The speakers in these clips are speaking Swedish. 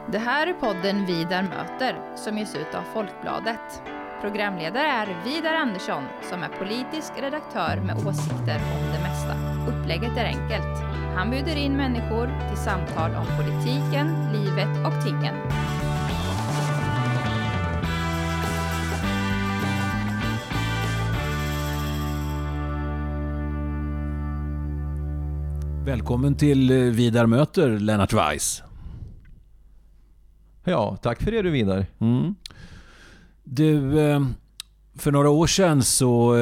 Det här är podden Vidar möter som ges ut av Folkbladet. Programledare är Vidar Andersson som är politisk redaktör med åsikter om det mesta. Upplägget är enkelt. Han bjuder in människor till samtal om politiken, livet och tingen. Välkommen till Vidar möter, Lennart Weiss. Ja, tack för det du Vidar. Du, för några år sedan så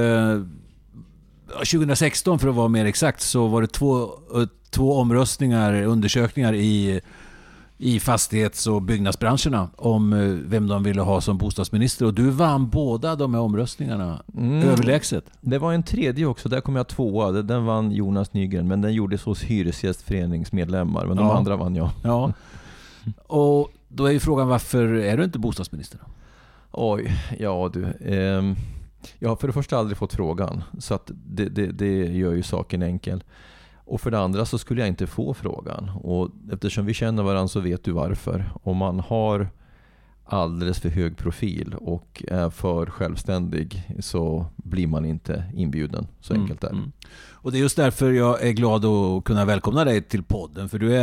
2016 för att vara mer exakt, så var det två omröstningar, undersökningar i fastighets- och byggnadsbranscherna om vem de ville ha som bostadsminister, och du vann båda de här omröstningarna överlägset. Det var en tredje också, där kom jag tvåa. Den vann Jonas Nygren, men den gjordes hos hyresgästföreningsmedlemmar, men de andra vann jag. Ja. Och då är ju frågan, varför är du inte bostadsminister? Oj, ja du. Jag har för det första aldrig fått frågan, så att det gör ju saken enkel. Och för det andra så skulle jag inte få frågan. Och eftersom vi känner varandra så vet du varför. Om man har alldeles för hög profil och är för självständig så blir man inte inbjuden. Så enkelt är det. Och det är just därför jag är glad att kunna välkomna dig till podden. För du är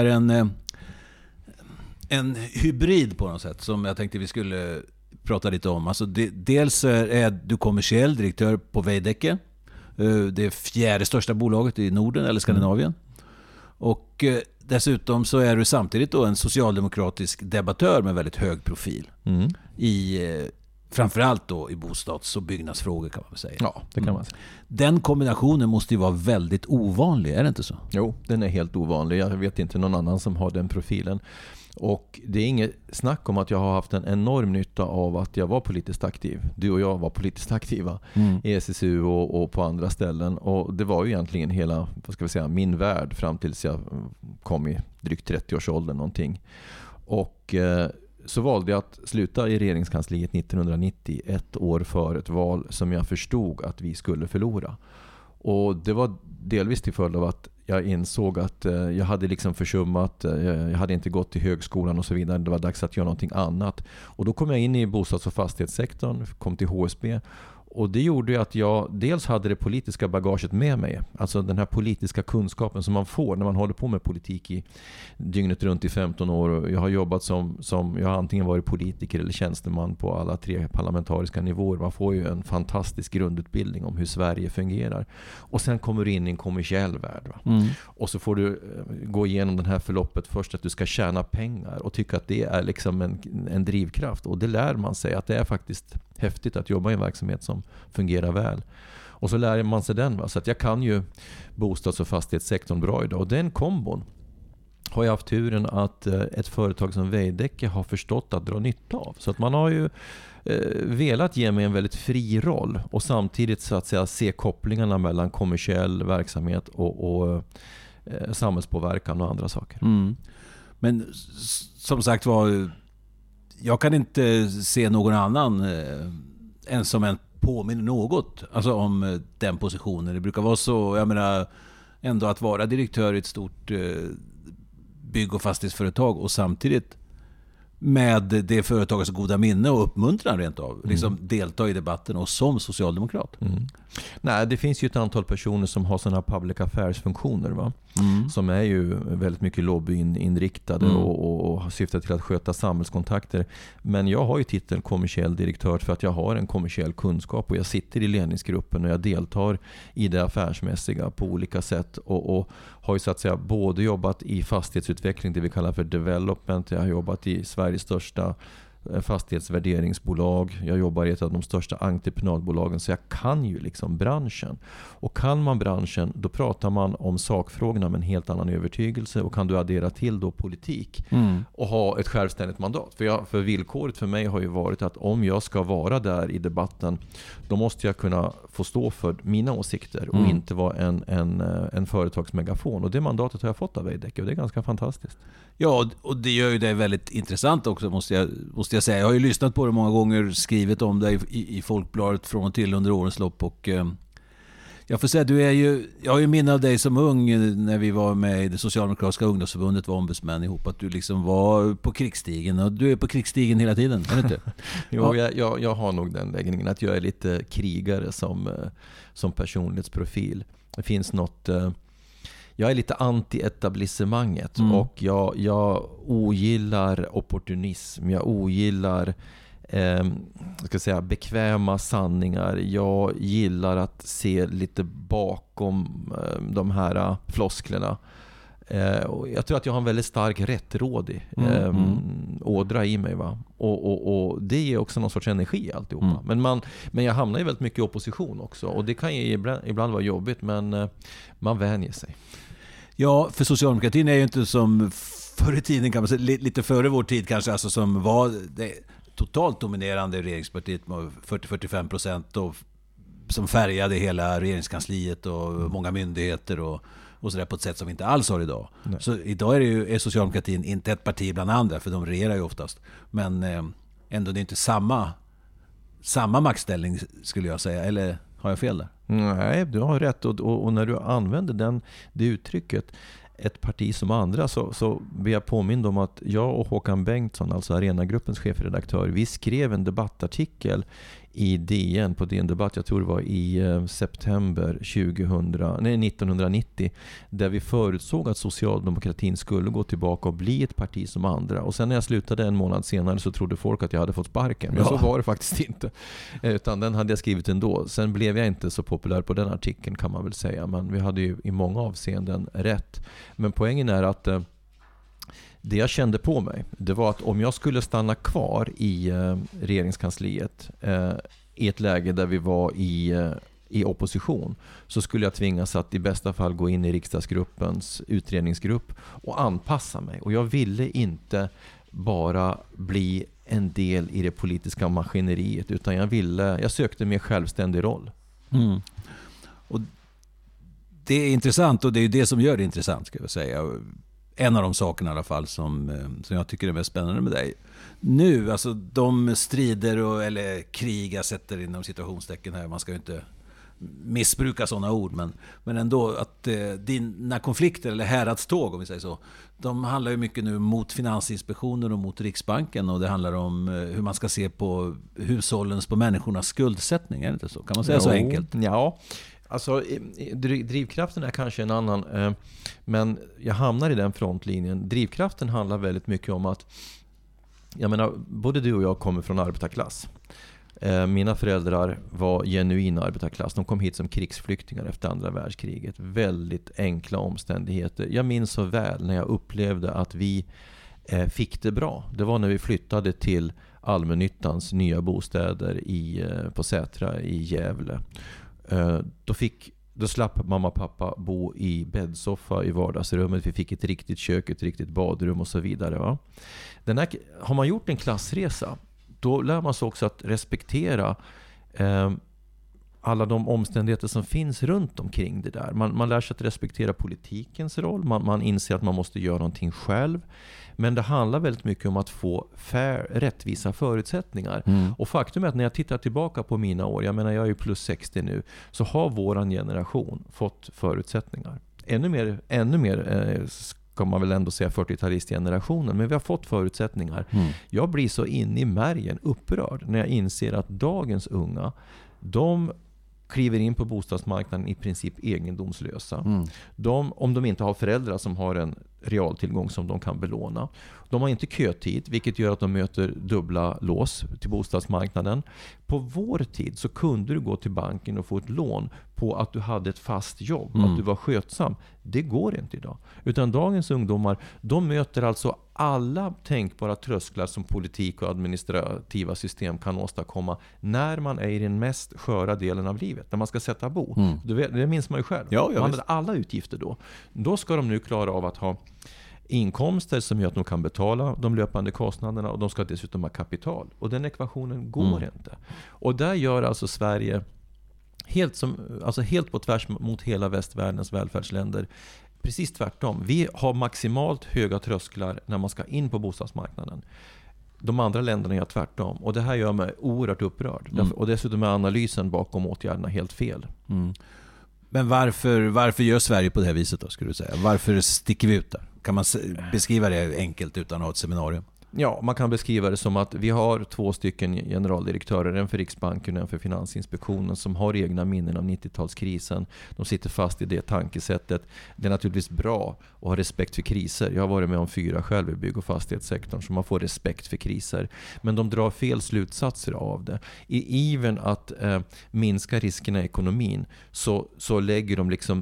en hybrid på något sätt som jag tänkte vi skulle prata lite om. Alltså dels är du kommersiell direktör på Veidekke. Det fjärde största bolaget i Norden eller Skandinavien. Och dessutom så är du samtidigt då en socialdemokratisk debattör med väldigt hög profil. I framförallt då i bostads- och byggnadsfrågor kan man väl säga. Ja, det kan man säga. Den kombinationen måste ju vara väldigt ovanlig, är det inte så? Jo, den är helt ovanlig. Jag vet inte någon annan som har den profilen. Och det är inget snack om att jag har haft en enorm nytta av att jag var politiskt aktiv. Du och jag var politiskt aktiva i SSU och på andra ställen. Och det var ju egentligen hela, min värld fram tills jag kom i drygt 30-årsåldern någonting. Och så valde jag att sluta i regeringskansliet 1990, ett år före ett val som jag förstod att vi skulle förlora. Och det var delvis till följd av att jag insåg att jag hade liksom försummat, jag hade inte gått till högskolan och så vidare. Det var dags att göra någonting annat. Och då kom jag in i bostads- och fastighetssektorn, kom till HSB. Och det gjorde att jag dels hade det politiska bagaget med mig. Alltså den här politiska kunskapen som man får när man håller på med politik i dygnet runt i 15 år. Och jag har jobbat som jag har antingen varit politiker eller tjänsteman på alla 3 parlamentariska nivåer. Man får ju en fantastisk grundutbildning om hur Sverige fungerar. Och sen kommer du in i en kommersiell värld. Och så får du gå igenom det här förloppet först, att du ska tjäna pengar och tycka att det är liksom en drivkraft. Och det lär man sig att det är faktiskt häftigt att jobba i en verksamhet som fungerar väl. Och så lär man sig den. Va? Så att jag kan ju bostads- och fastighetssektorn bra idag. Och den kombon har jag haft turen att ett företag som Veidekke har förstått att dra nytta av. Så att man har ju velat ge mig en väldigt fri roll och samtidigt så att säga se kopplingarna mellan kommersiell verksamhet och samhällspåverkan och andra saker. Men som sagt var, jag kan inte se någon annan än som en påminner något alltså om den positionen. Det brukar vara så, jag menar, ändå att vara direktör i ett stort bygg- och fastighetsföretag och samtidigt med det företagets goda minne och uppmuntran rent av liksom delta i debatten och som socialdemokrat. Nej, det finns ju ett antal personer som har sådana public affairs-funktioner va? Som är ju väldigt mycket lobbyinriktade och syftar till att sköta samhällskontakter. Men jag har ju titeln kommersiell direktör för att jag har en kommersiell kunskap och jag sitter i ledningsgruppen och jag deltar i det affärsmässiga på olika sätt och har ju så att säga både jobbat i fastighetsutveckling, det vi kallar för development. Jag har jobbat i Sveriges största fastighetsvärderingsbolag. Jag jobbar i ett av de största entreprenadbolagen, så jag kan ju liksom branschen. Och kan man branschen, då pratar man om sakfrågorna med en helt annan övertygelse, och kan du addera till då politik och ha ett självständigt mandat. För villkoret för mig har ju varit att om jag ska vara där i debatten, då måste jag kunna få stå för mina åsikter och inte vara en företagsmegafon. Och det mandatet har jag fått av Veidekke och det är ganska fantastiskt. Ja, och det gör ju det väldigt intressant också måste jag säga. Jag har ju lyssnat på det många gånger, skrivit om det i Folkbladet från och till under årens lopp, och Jag får säga, jag har ju minne av dig som ung när vi var med i det socialdemokratiska ungdomsförbundet, var ombudsmän ihop, att du liksom var på krigsstigen, och du är på krigsstigen hela tiden, är det inte? Jo, jag har nog den läggningen att jag är lite krigare som personlighetsprofil. Det finns något... Jag är lite anti-etablissemanget och jag ogillar opportunism, jag ogillar bekväma sanningar. Jag gillar att se lite bakom de här flosklerna. Jag tror att jag har en väldigt stark rättrådig ådra i mig, va? Och det ger också någon sorts energi alltihopa. Men jag hamnar ju väldigt mycket i opposition också, och det kan ju ibland vara jobbigt, men man vänjer sig. Ja, för socialdemokratin är ju inte som förr i tiden, kan man säga, lite före vår tid kanske, alltså, som var det totalt dominerande regeringspartiet med 40-45% och som färgade hela regeringskansliet och många myndigheter och sådär, på ett sätt som vi inte alls har idag. Nej. Så idag är socialdemokratin inte ett parti bland andra, för de regerar ju oftast. Men ändå det är inte samma maktställning, skulle jag säga. Eller har jag fel där? Nej, du har rätt. Och när du använder det uttrycket, ett parti som andra, så blir jag påmind om att jag och Håkan Bengtsson, alltså Arenagruppens chefredaktör, vi skrev en debattartikel i DN på DN Debatt, jag tror det var i september 1990, där vi förutsåg att socialdemokratin skulle gå tillbaka och bli ett parti som andra. Och sen när jag slutade en månad senare så trodde folk att jag hade fått sparken. Men så var det faktiskt inte. Utan den hade jag skrivit ändå. Sen blev jag inte så populär på den artikeln, kan man väl säga. Men vi hade ju i många avseenden rätt. Men poängen är att det jag kände på mig, det var att om jag skulle stanna kvar i regeringskansliet i ett läge där vi var i opposition, så skulle jag tvingas att i bästa fall gå in i riksdagsgruppens utredningsgrupp och anpassa mig. Och jag ville inte bara bli en del i det politiska maskineriet, utan jag sökte mer självständig roll. Mm. Och det är intressant, och det är det som gör det intressant, ska jag säga. En av de sakerna i alla fall som jag tycker är mest spännande med dig nu, alltså de strider eller krig, jag sätter inom situationstecken här, man ska ju inte missbruka sådana ord, men ändå att dina konflikter, eller häradståg om vi säger så, de handlar ju mycket nu mot Finansinspektionen och mot Riksbanken, och det handlar om hur man ska se på hushållens, på människornas skuldsättning, är det inte så? Kan man säga så enkelt? Ja. Alltså, drivkraften är kanske en annan, men jag hamnar i den frontlinjen. Drivkraften handlar väldigt mycket om att, jag menar, både du och jag kommer från arbetarklass. Mina föräldrar var genuina arbetarklass. De kom hit som krigsflyktingar efter andra världskriget. Väldigt enkla omständigheter. Jag minns så väl när jag upplevde att vi fick det bra. Det var när vi flyttade till Allmännyttans nya bostäder på Sätra i Gävle. Då slapp mamma och pappa bo i bäddsoffa i vardagsrummet. Vi fick ett riktigt kök, ett riktigt badrum och så vidare. Va? Har man gjort en klassresa, då lär man sig också att respektera alla de omständigheter som finns runt omkring det där. Man lär sig att respektera politikens roll. Man inser att man måste göra någonting själv. Men det handlar väldigt mycket om att få rättvisa förutsättningar. Och faktum är att när jag tittar tillbaka på mina år, jag menar jag är ju plus 60 nu, så har våran generation fått förutsättningar. Ännu mer ska man väl ändå säga 40-talistgenerationen, men vi har fått förutsättningar. Jag blir så in i märgen upprörd när jag inser att dagens unga, de kliver in på bostadsmarknaden i princip egendomslösa. Om de inte har föräldrar som har en realtillgång som de kan belåna. De har inte kötid, vilket gör att de möter dubbla lås till bostadsmarknaden. På vår tid så kunde du gå till banken och få ett lån på att du hade ett fast jobb, att du var skötsam. Det går inte idag. Utan dagens ungdomar, de möter alltså alla tänkbara trösklar som politik och administrativa system kan åstadkomma när man är i den mest sköra delen av livet, när man ska sätta bo. Det minns man ju själv. Ja, man hade alla utgifter då. Då ska de nu klara av att ha inkomster som gör att de kan betala de löpande kostnaderna, och de ska dessutom ha kapital. Och den ekvationen går inte. Och där gör alltså Sverige helt på tvärs mot hela västvärldens välfärdsländer. Precis tvärtom. Vi har maximalt höga trösklar när man ska in på bostadsmarknaden. De andra länderna gör tvärtom. Och det här gör mig oerhört upprörd. Och dessutom är analysen bakom åtgärderna helt fel. Men varför gör Sverige på det här viset då, skulle du säga? Varför sticker vi ut där? Kan man beskriva det enkelt utan att ha ett seminarium? Ja, man kan beskriva det som att vi har 2 stycken generaldirektörer, en för Riksbanken och en för Finansinspektionen, som har egna minnen av 90-talskrisen. De sitter fast i det tankesättet. Det är naturligtvis bra att ha respekt för kriser. Jag har varit med om 4 själv i bygg- och fastighetssektorn, så man får respekt för kriser. Men de drar fel slutsatser av det. I ivern att minska riskerna i ekonomin så lägger de liksom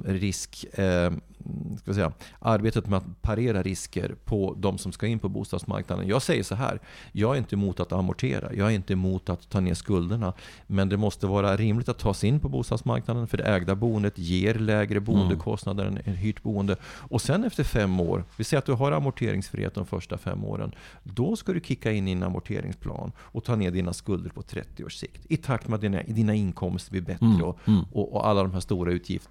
arbetet med att parera risker på de som ska in på bostadsmarknaden. Jag säger så här, jag är inte emot att amortera, jag är inte emot att ta ner skulderna, men det måste vara rimligt att ta sig in på bostadsmarknaden, för det ägda boendet ger lägre boendekostnader än hyrt boende. Och sen efter 5 år, vi säger att du har amorteringsfrihet de första 5 åren, då ska du kicka in i en amorteringsplan och ta ner dina skulder på 30 års sikt, i takt med att dina inkomster blir bättre och alla de här stora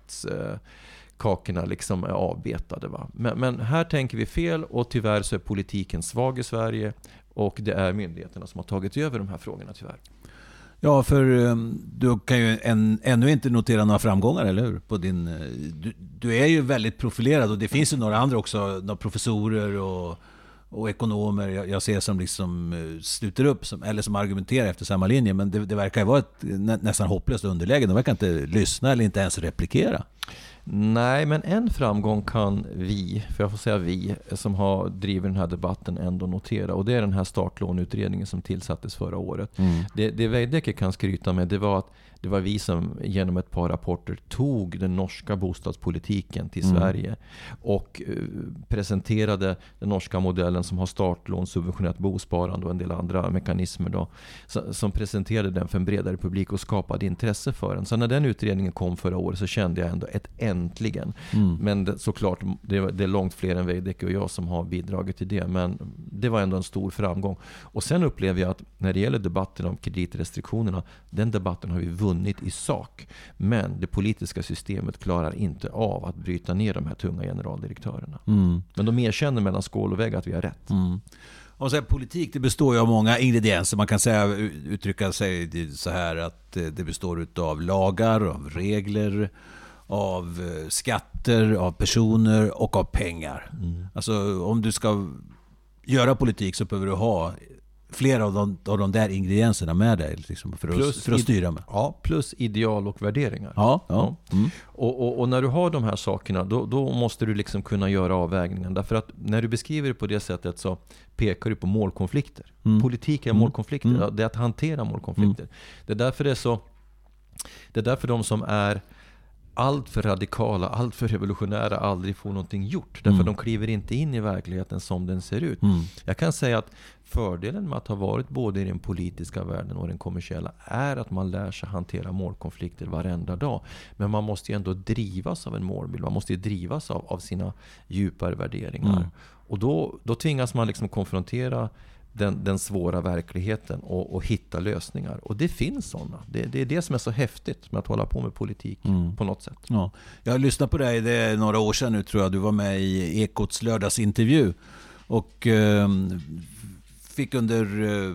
kakorna liksom är avbetade. Va? Men här tänker vi fel, och tyvärr så är politiken svag i Sverige, och det är myndigheterna som har tagit över de här frågorna tyvärr. Ja, för du kan ju ännu inte notera några framgångar, eller hur? På du är ju väldigt profilerad, och det finns ju några andra också, några professorer och ekonomer jag ser som liksom sluter upp eller som argumenterar efter samma linje, men det verkar ju vara ett nästan hopplöst underläge. De verkar inte lyssna eller inte ens replikera. Nej, men en framgång kan vi som har drivit den här debatten ändå notera, och det är den här startlåneutredningen som tillsattes förra året. Det Veidekke kan skryta med, det var att det var vi som genom ett par rapporter tog den norska bostadspolitiken till Sverige och presenterade den norska modellen som har startlån, subventionerat bosparande och en del andra mekanismer då, som presenterade den för en bredare publik och skapade intresse för den. Så när den utredningen kom förra året så kände jag ändå ett äntligen. Men såklart, det är långt fler än Veidekke och jag som har bidragit till det, men det var ändå en stor framgång. Och sen upplever jag att när det gäller debatten om kreditrestriktionerna, den debatten har vi vunnit i sak, men det politiska systemet klarar inte av att bryta ner de här tunga generaldirektörerna. Men de erkänner mellan skål och vägg att vi har rätt. Och så här, politik, det består ju av många ingredienser. Man kan uttrycka sig så här att det består av lagar, av regler, av skatter, av personer och av pengar. Alltså om du ska göra politik så behöver du ha flera av de där ingredienserna med dig liksom, för att styra med. Ja, plus ideal och värderingar. Ja. Och när du har de här sakerna, då måste du liksom kunna göra avvägningen. Därför att när du beskriver det på det sättet så pekar du på målkonflikter. Politik är målkonflikter. Det är att hantera målkonflikter. Det är därför de som är allt för radikala, allt för revolutionära aldrig får någonting gjort. Därför de kliver inte in i verkligheten som den ser ut. Jag kan säga att fördelen med att ha varit både i den politiska världen och den kommersiella är att man lär sig hantera målkonflikter varenda dag. Men man måste ju ändå drivas av en målbild. Man måste ju drivas av sina djupare värderingar. Och då tvingas man liksom konfrontera den svåra verkligheten och hitta lösningar. Och det finns sådana. Det är det som är så häftigt med att hålla på med politik på något sätt. Ja. Jag har lyssnat på dig, det är några år sedan nu tror jag. Du var med i Ekots lördagsintervju och fick under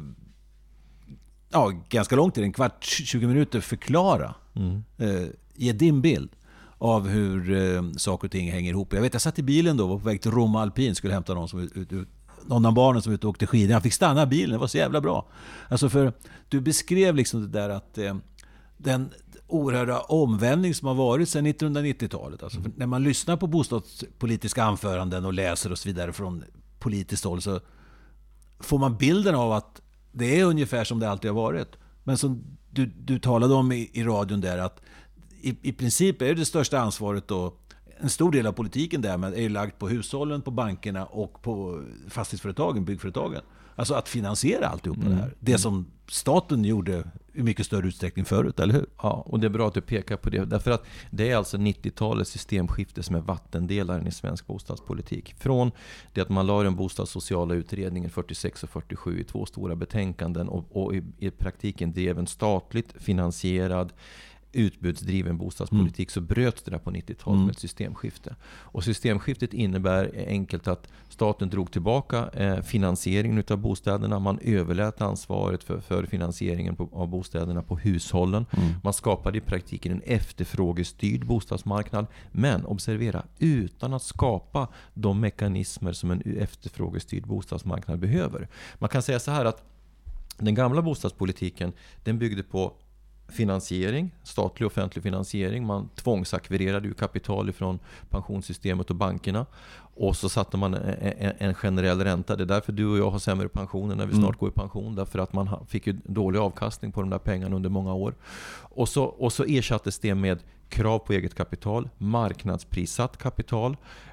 ganska lång tid, 20 minuter förklara, ge din bild av hur saker och ting hänger ihop. Jag satt i bilen då, var på väg till Roma Alpin, skulle hämta någon av barnen som ute och åkte skidor. Han fick stanna bilen, det var så jävla bra. Alltså för du beskrev liksom det där att den oerhörda omvändning som har varit sedan 1990-talet. Alltså när man lyssnar på bostadspolitiska anföranden och läser och så vidare från politiskt håll så får man bilden av att det är ungefär som det alltid har varit. Men som du talade om i radion där, att i princip är det största ansvaret då, en stor del av politiken därmed är ju lagt på hushållen, på bankerna och på fastighetsföretagen, byggföretagen. Alltså att finansiera alltihop det här. Det som staten gjorde i mycket större utsträckning förut, eller hur? Ja, och det är bra att du pekar på det. Därför att det är alltså 90-talets systemskifte som är vattendelaren i svensk bostadspolitik. Från det att man la den bostadssociala utredningen 46 och 47 i 2 stora betänkanden och i praktiken drev en statligt finansierad utbudsdriven bostadspolitik så bröts det där på 90-talet med ett systemskifte. Och systemskiftet innebär enkelt att staten drog tillbaka finansieringen av bostäderna. Man överlät ansvaret för finansieringen av bostäderna på hushållen. Man skapade i praktiken en efterfrågestyrd bostadsmarknad. Men observera, utan att skapa de mekanismer som en efterfrågestyrd bostadsmarknad behöver. Man kan säga så här att den gamla bostadspolitiken, den byggde på finansiering, statlig och offentlig finansiering. Man tvångsakvirerade ju kapital från pensionssystemet och bankerna. Och så satte man en generell ränta. Det är därför du och jag har sämre pensioner när vi snart går i pension. Därför att man fick ju dålig avkastning på de där pengarna under många år. Och så ersattes det med krav på eget kapital, marknadsprissatt kapital.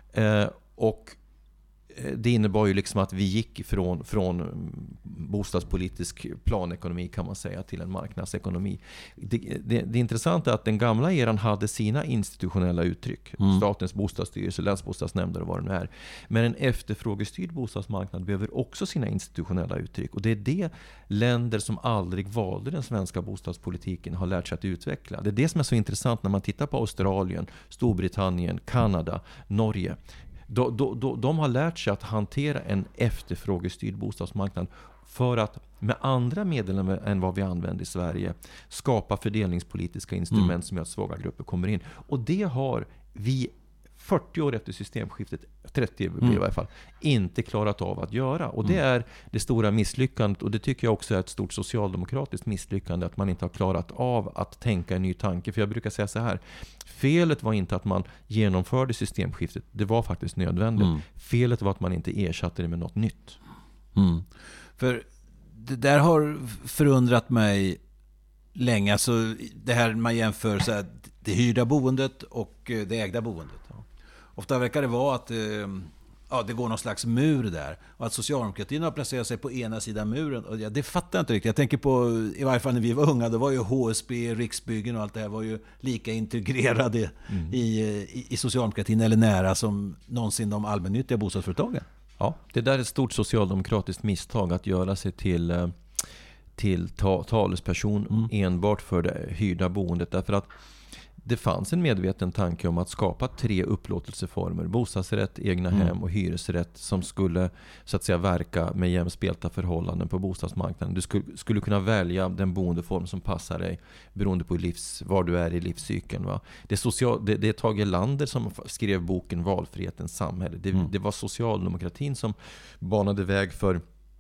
Och det innebar ju liksom att vi gick från bostadspolitisk planekonomi kan man säga till en marknadsekonomi. Det intressanta är att den gamla eran hade sina institutionella uttryck. Statens bostadsstyrelse, länsbostadsnämnder och vad det nu är. Men en efterfrågestyrd bostadsmarknad behöver också sina institutionella uttryck. Och det är det länder som aldrig valde den svenska bostadspolitiken har lärt sig att utveckla. Det är det som är så intressant när man tittar på Australien, Storbritannien, Kanada, Norge. De har lärt sig att hantera en efterfrågestyrd bostadsmarknad för att med andra medel än vad vi använder i Sverige skapa fördelningspolitiska instrument som gör att svaga grupper kommer in. Och det har vi 40 år efter systemskiftet, 30 i varje fall, inte klarat av att göra. Och det är det stora misslyckandet, och det tycker jag också är ett stort socialdemokratiskt misslyckande, att man inte har klarat av att tänka en ny tanke. För jag brukar säga så här, felet var inte att man genomförde systemskiftet, det var faktiskt nödvändigt. Felet var att man inte ersatte det med något nytt. För det där har förundrat mig länge, alltså det här man jämför så här, det hyrda boendet och det ägda boendet. Ofta verkar det vara att det går någon slags mur där. Och att socialdemokratin har placerat sig på ena sidan muren. Och det fattar jag inte riktigt. Jag tänker på, i varje fall när vi var unga, då var ju HSB, Riksbyggen och allt det här var ju lika integrerade i socialdemokratin eller nära som någonsin de allmännyttiga bostadsföretagen. Ja, det där är ett stort socialdemokratiskt misstag att göra sig till talesperson enbart för det hyrda boendet. Därför att det fanns en medveten tanke om att skapa 3 upplåtelseformer, bostadsrätt, egna hem och hyresrätt, som skulle så att säga verka med jämspelta förhållanden på bostadsmarknaden. Du skulle kunna välja den boendeform som passar dig beroende på var du är i livscykeln. Va? Det är Tage Erlander som skrev boken Valfrihetens samhälle. Det var socialdemokratin som banade väg för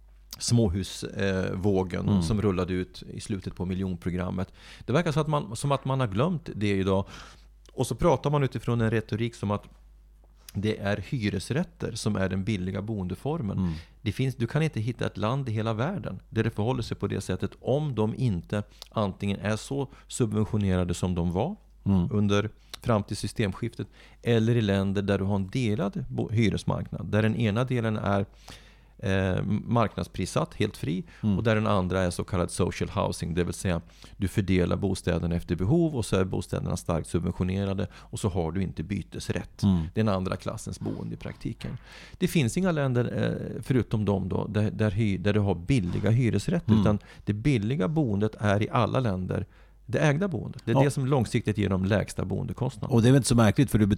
småhusvågen som rullade ut i slutet på miljonprogrammet. Det verkar som att man har glömt det idag. Och så pratar man utifrån en retorik som att det är hyresrätter som är den billiga boendeformen. Du kan inte hitta ett land i hela världen där det förhåller sig på det sättet, om de inte antingen är så subventionerade som de var fram till systemskiftet, eller i länder där du har en delad hyresmarknad, där den ena delen är marknadsprissatt, helt fri, och där den andra är så kallad social housing, det vill säga du fördelar bostäderna efter behov och så är bostäderna starkt subventionerade och så har du inte bytesrätt. Det är en andra klassens boende i praktiken. Det finns inga länder förutom dem då, där du har billiga hyresrätter, utan det billiga boendet är i alla länder det ägda boendet. Det är det som långsiktigt ger de lägsta boendekostnaderna. Och det är väl inte så märkligt, för du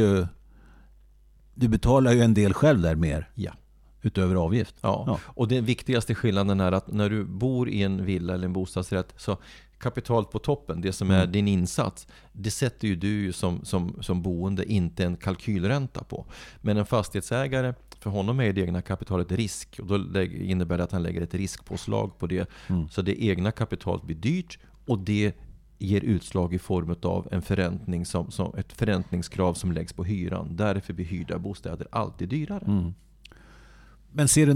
betalar ju en del själv där mer. Ja. Utöver avgift. Ja, och den viktigaste skillnaden är att när du bor i en villa eller en bostadsrätt, så kapitalet på toppen, det som är din insats, det sätter ju du som boende inte en kalkylränta på. Men en fastighetsägare, för honom är det egna kapitalet risk, och då innebär det att han lägger ett riskpåslag på det. Så det egna kapitalet blir dyrt, och det ger utslag i form av en förräntning som ett förräntningskrav som läggs på hyran. Därför blir hyrda bostäder alltid dyrare. Men ser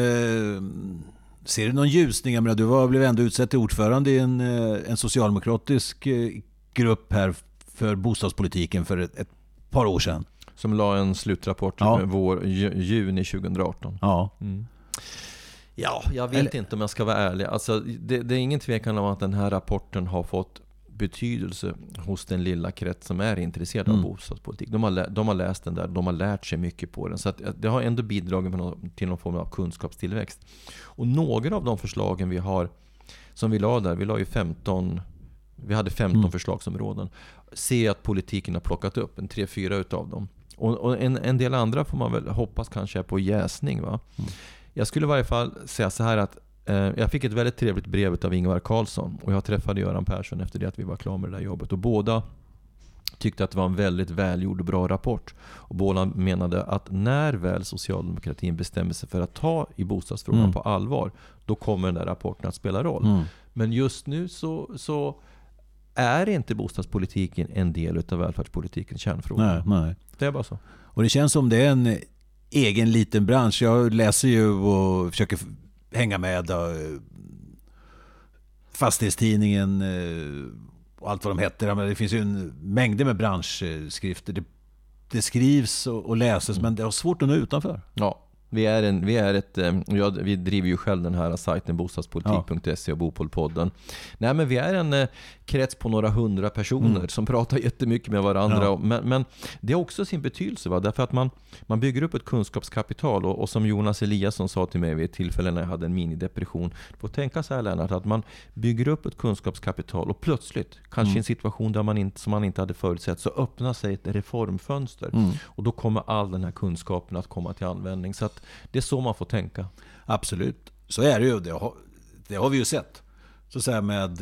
du någon ljusning? Jag menar, du blev ändå utsedd till ordförande i en socialdemokratisk grupp här för bostadspolitiken för ett par år sedan. Som la en slutrapport juni 2018. Ja. Ja, jag vet inte om jag ska vara ärlig. Alltså, det är ingen tvekan om att den här rapporten har fått betydelse hos den lilla krets som är intresserad av bostadspolitik. De har läst den där, de har lärt sig mycket på den. Så att det har ändå bidragit till någon form av kunskapstillväxt. Och några av de förslagen som vi la där, vi la ju 15 Vi hade 15 förslagsområden. Se att politiken har plockat upp 3-4 utav dem. Och en del andra får man väl hoppas kanske är på jäsning. Va? Jag skulle i varje fall säga så här att jag fick ett väldigt trevligt brev av Ingvar Carlsson. Och jag träffade Göran Persson efter det att vi var klara med det där jobbet. Och båda tyckte att det var en väldigt välgjord och bra rapport. Och båda menade att när väl socialdemokratin bestämmer sig för att ta i bostadsfrågan på allvar, då kommer den där rapporten att spela roll. Men just nu så är inte bostadspolitiken en del av välfärdspolitikens kärnfråga. Nej. Det är bara så. Och det känns som det är en egen liten bransch. Jag läser ju och försöker hänga med Fastighetstidningen och allt vad de heter. Men det finns ju en mängder med branschskrifter. Det skrivs och läses, men det är svårt att nå utanför. Ja. Vi driver ju själv den här sajten bostadspolitik.se och Bopolpodden. Nej, men vi är en krets på några 100 personer som pratar jättemycket med varandra. Ja. Men det har också sin betydelse, va? Därför att man bygger upp ett kunskapskapital och som Jonas Eliasson sa till mig vid ett tillfälle när jag hade en minidepression. Får tänka så här, Lennart, att man bygger upp ett kunskapskapital och plötsligt, kanske i en situation där som man inte hade förutsett, så öppnar sig ett reformfönster. Och då kommer all den här kunskapen att komma till användning. Så att det är så man får tänka. Absolut. Så är det ju. Det har vi ju sett. Så här med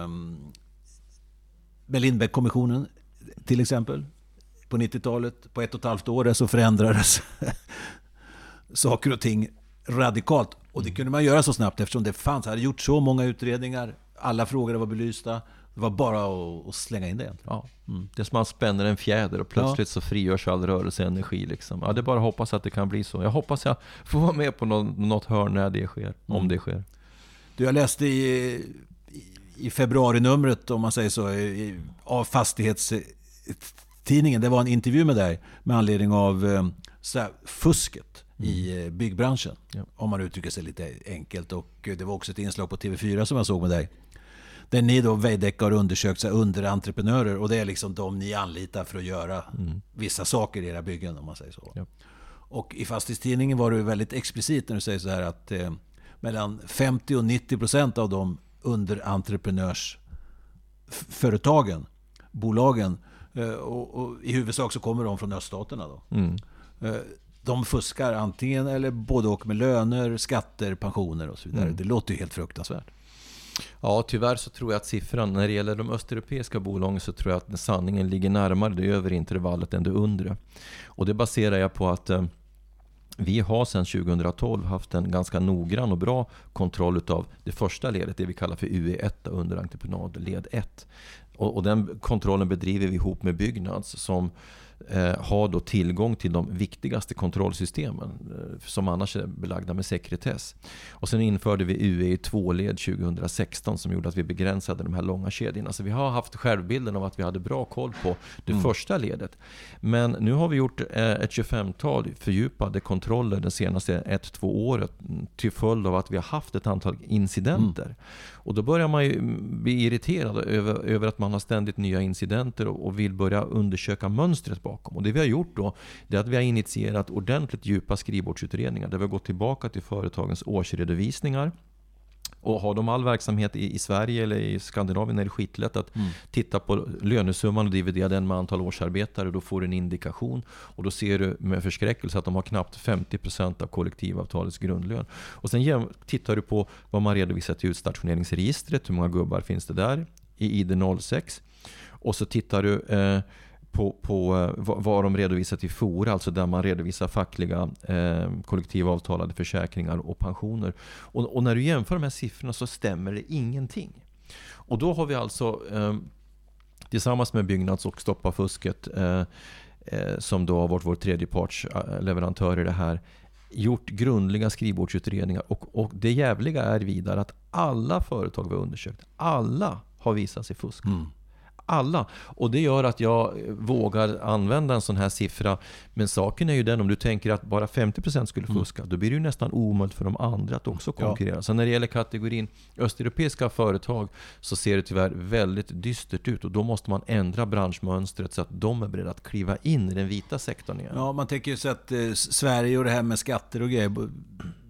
Lindbeck-kommissionen till exempel. På 90-talet, på 1,5 år så förändrades saker och ting radikalt. Och det kunde man göra så snabbt eftersom det hade gjort så många utredningar. Alla frågor var belysta. Det var bara att slänga in det. Ja. Det är som man spänner en fjäder och plötsligt så frigörs all rörelseenergi. Liksom. Ja, det är bara att hoppas att det kan bli så. Jag hoppas jag får vara med på något hörn när det sker, om det sker. Jag läste i februarinumret, om man säger så, av Fastighetstidningen. Det var en intervju med dig med anledning av fusket i byggbranschen. Ja. Om man uttrycker sig lite enkelt. Och det var också ett inslag på TV4 som jag såg med dig. Där ni då, Veidekke, har undersökt underentreprenörer, och det är liksom de ni anlitar för att göra vissa saker i era byggen, om man säger så. Ja. Och i Fastighetstidningen var du väldigt explicit när du säger så här att mellan 50 och 90% av de underentreprenörsföretagen, bolagen, och i huvudsak så kommer de från öststaterna då. De fuskar antingen eller både och med löner, skatter, pensioner och så vidare. Det låter ju helt fruktansvärt. Ja, tyvärr så tror jag att siffran när det gäller de östeuropeiska bolagen, så tror jag att sanningen ligger närmare det övre intervallet än det undre. Och det baserar jag på att vi har sedan 2012 haft en ganska noggrann och bra kontroll utav det första ledet, det vi kallar för UE1, underentreprenad led 1. Och den kontrollen bedriver vi ihop med Byggnads som har då tillgång till de viktigaste kontrollsystemen som annars är belagda med sekretess. Och sen införde vi UE i 2-led 2016 som gjorde att vi begränsade de här långa kedjorna. Så vi har haft självbilden av att vi hade bra koll på det första ledet. Men nu har vi gjort ett 25-tal fördjupade kontroller de senaste 1-2 åren till följd av att vi har haft ett antal incidenter. Och då börjar man ju bli irriterad över att man har ständigt nya incidenter och vill börja undersöka mönstret bakom. Och det vi har gjort då, det är att vi har initierat ordentligt djupa skrivbordsutredningar där vi har gått tillbaka till företagens årsredovisningar. Och har de all verksamhet i Sverige eller i Skandinavien är det skitlätt att titta på lönesumman och dividera den med antal årsarbetare. Då får du en indikation och då ser du med förskräckelse att de har knappt 50% av kollektivavtalets grundlön. Och sen tittar du på vad man redovisar till utstationeringsregistret, hur många gubbar finns det där i ID 06. Och så tittar du på vad de redovisar till fora, alltså där man redovisar fackliga kollektivavtalade försäkringar och pensioner. Och när du jämför de här siffrorna så stämmer det ingenting. Och då har vi alltså tillsammans med Byggnads och Stoppa fusket som då har varit vår tredjepartsleverantör i det här, gjort grundliga skrivbordsutredningar. Och det jävliga är vidare att alla företag vi har undersökt, alla har visat sig fusk. Alla. Och det gör att jag vågar använda en sån här siffra. Men saken är ju den, om du tänker att bara 50% skulle fuska, då blir det ju nästan omöjligt för de andra att också konkurrera. Ja. Så när det gäller kategorin östeuropeiska företag så ser det tyvärr väldigt dystert ut. Och då måste man ändra branschmönstret så att de är beredda att kliva in i den vita sektorn igen. Ja, man tänker ju så att Sverige och det här med skatter och grejer,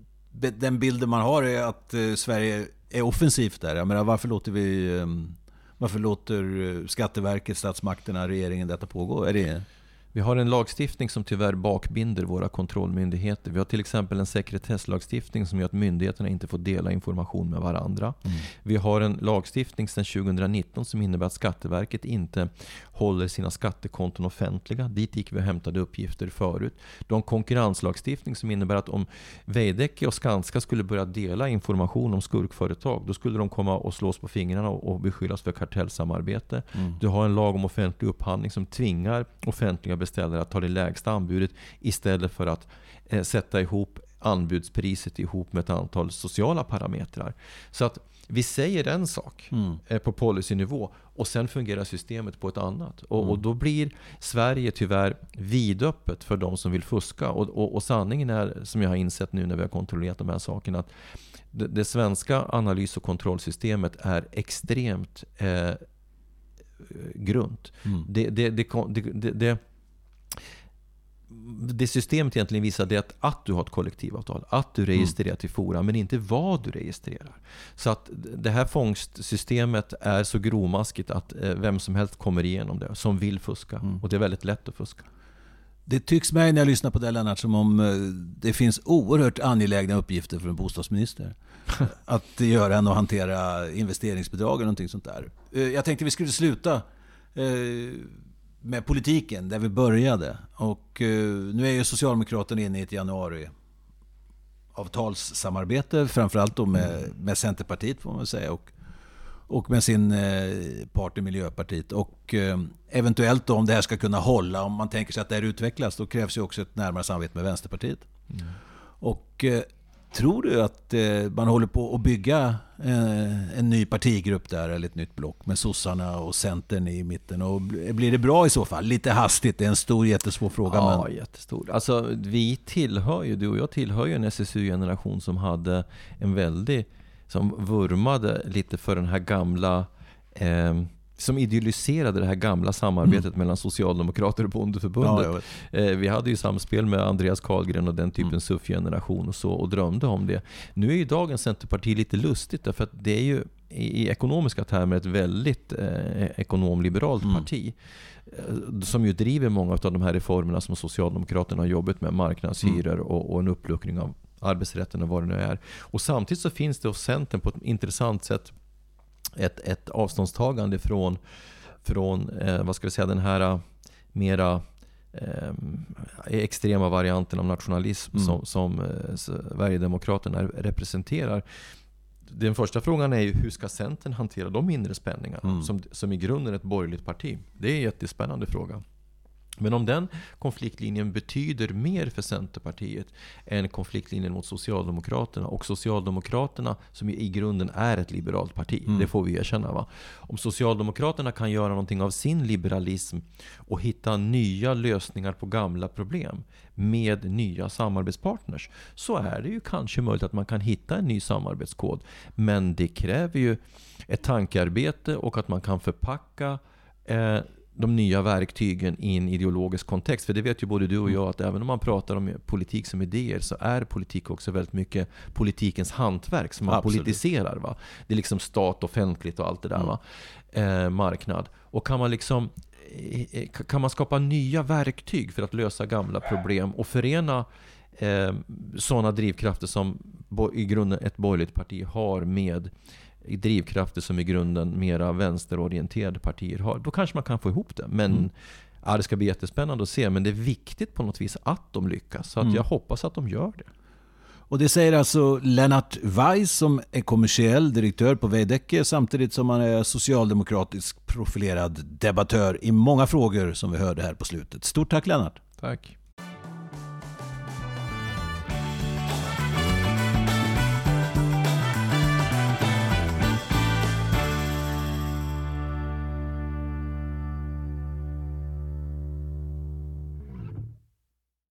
den bilden man har är att Sverige är offensivt där. Jag menar, varför låter vi Varför låter Skatteverket, statsmakterna, regeringen detta pågå? Vi har en lagstiftning som tyvärr bakbinder våra kontrollmyndigheter. Vi har till exempel en sekretesslagstiftning som gör att myndigheterna inte får dela information med varandra. Vi har en lagstiftning sedan 2019 som innebär att Skatteverket inte håller sina skattekonton offentliga. Dit gick vi och hämtade uppgifter förut. De har en konkurrenslagstiftning som innebär att om Veidekke och Skanska skulle börja dela information om skurkföretag, då skulle de komma och slås på fingrarna och beskyllas för kartellsamarbete. Du har en lag om offentlig upphandling som tvingar offentliga beställare att ta det lägsta anbudet istället för att sätta ihop anbudspriset ihop med ett antal sociala parametrar. Så att vi säger en sak på policynivå och sen fungerar systemet på ett annat. Och då blir Sverige tyvärr vidöppet för de som vill fuska. Och sanningen är, som jag har insett nu när vi har kontrollerat de här sakerna, att det svenska analys- och kontrollsystemet är extremt grunt. Det systemet egentligen visar det att du har ett kollektivavtal, att du registrerar till fora, men inte vad du registrerar. Så att det här fångstsystemet är så grovmaskigt att vem som helst kommer igenom det som vill fuska. Och det är väldigt lätt att fuska. Det tycks mig när jag lyssnar på det, Lennart, som om det finns oerhört angelägna uppgifter för en bostadsminister att göra än att hantera investeringsbidrag eller någonting sånt där. Jag tänkte vi skulle sluta med politiken där vi började. Och nu är ju Socialdemokraterna inne i ett januariavtalssamarbete, framförallt då med Centerpartiet får man säga, och med sin partner Miljöpartiet. Och eventuellt då, om det här ska kunna hålla, om man tänker sig att det här utvecklas, då krävs ju också ett närmare samarbete med Vänsterpartiet. Och tror du att man håller på att bygga en ny partigrupp där, eller ett nytt block med sossarna och Centern i mitten? Och blir det bra i så fall? Lite hastigt, det är en jättesvår fråga. Ja, men... jättestor. Alltså, du och jag tillhör ju en SSU-generation som hade som vurmade lite för den här gamla som idealiserade det här gamla samarbetet mellan Socialdemokrater och Bondeförbundet. Ja, vi hade ju samspel med Andreas Carlgren och den typen SUF-generation och drömde om det. Nu är ju dagens Centerparti lite lustigt därför att det är ju i ekonomiska termer ett väldigt ekonomliberalt parti som ju driver många av de här reformerna som Socialdemokraterna har jobbat med, marknadshyror och en uppluckring av arbetsrätten och vad det nu är. Och samtidigt så finns det hos Centern på ett intressant sätt ett avståndstagande från vad ska jag säga, den här mera extrema varianten av nationalism som Sverigedemokraterna representerar. Den första frågan är ju hur ska Centern hantera de inre spänningarna som i grunden är ett borgerligt parti? Det är en jättespännande fråga. Men om den konfliktlinjen betyder mer för Centerpartiet än konfliktlinjen mot Socialdemokraterna, och Socialdemokraterna som i grunden är ett liberalt parti, det får vi erkänna, va? Om Socialdemokraterna kan göra någonting av sin liberalism och hitta nya lösningar på gamla problem med nya samarbetspartners, så är det ju kanske möjligt att man kan hitta en ny samarbetskod. Men det kräver ju ett tankearbete och att man kan förpacka de nya verktygen i en ideologisk kontext. För det vet ju både du och jag att även om man pratar om politik som idéer så är politik också väldigt mycket politikens hantverk som man politiserar. Va? Det är liksom stat, offentligt och allt det där. Va? Marknad. Och kan man skapa nya verktyg för att lösa gamla problem och förena sådana drivkrafter som i grunden ett borgerligt parti har med drivkrafter som i grunden mera vänsterorienterade partier har, då kanske man kan få ihop det. Men det ska bli jättespännande att se, men det är viktigt på något vis att de lyckas, så att jag hoppas att de gör det. Och det säger alltså Lennart Weiss som är kommersiell direktör på Veidekke, samtidigt som han är socialdemokratisk profilerad debattör i många frågor som vi hörde här på slutet. Stort tack, Lennart. Tack.